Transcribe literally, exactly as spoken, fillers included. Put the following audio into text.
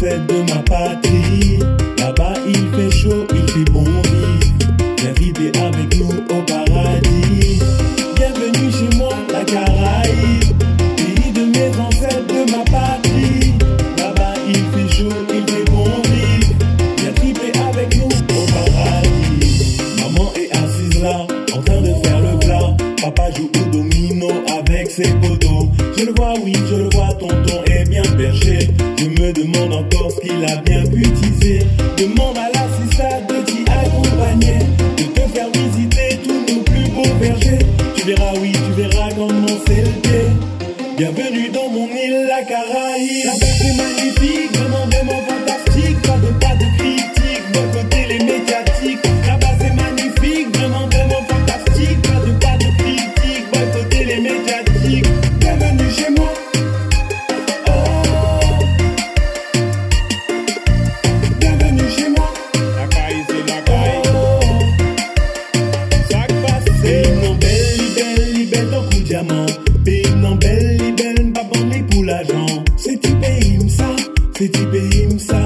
ancêtres de ma patrie. Là-bas il fait chaud, il fait bon vivre. Viens vivre avec nous au paradis. Bienvenue chez moi, la Caraïbe, pays de mes ancêtres de ma patrie. Là-bas il fait chaud, il fait bon vivre. Viens triper avec nous au paradis. Maman est assise là, en train de faire le plat. Papa joue au domino avec ses potos. Je le vois, oui, je le vois, tonton est bien perché. Je me demande encore ce qu'il a bien pu utiliser. Demande à la sista de t'y accompagner, de te faire visiter tous nos plus beaux vergers. Tu verras, oui, tu verras comment c'est l'été. Bienvenue dans mon île, la Caraïbe. La fête est magnifique, vraiment, vraiment fantastique. Pas de pas de critique, boycotter les médiatiques. Là-bas c'est magnifique, vraiment, vraiment fantastique. Pas de pas de critique, boycotter les médiatiques. Bienvenue chez moi. Oh. Bienvenue chez moi. La caille, c'est la caille. Oh. Ça passe. Pays non belle, belle, belle, dans coup diamant. Pays non belle, belle, pas bon pour l'argent. C'est du pays ça, c'est du pays ça.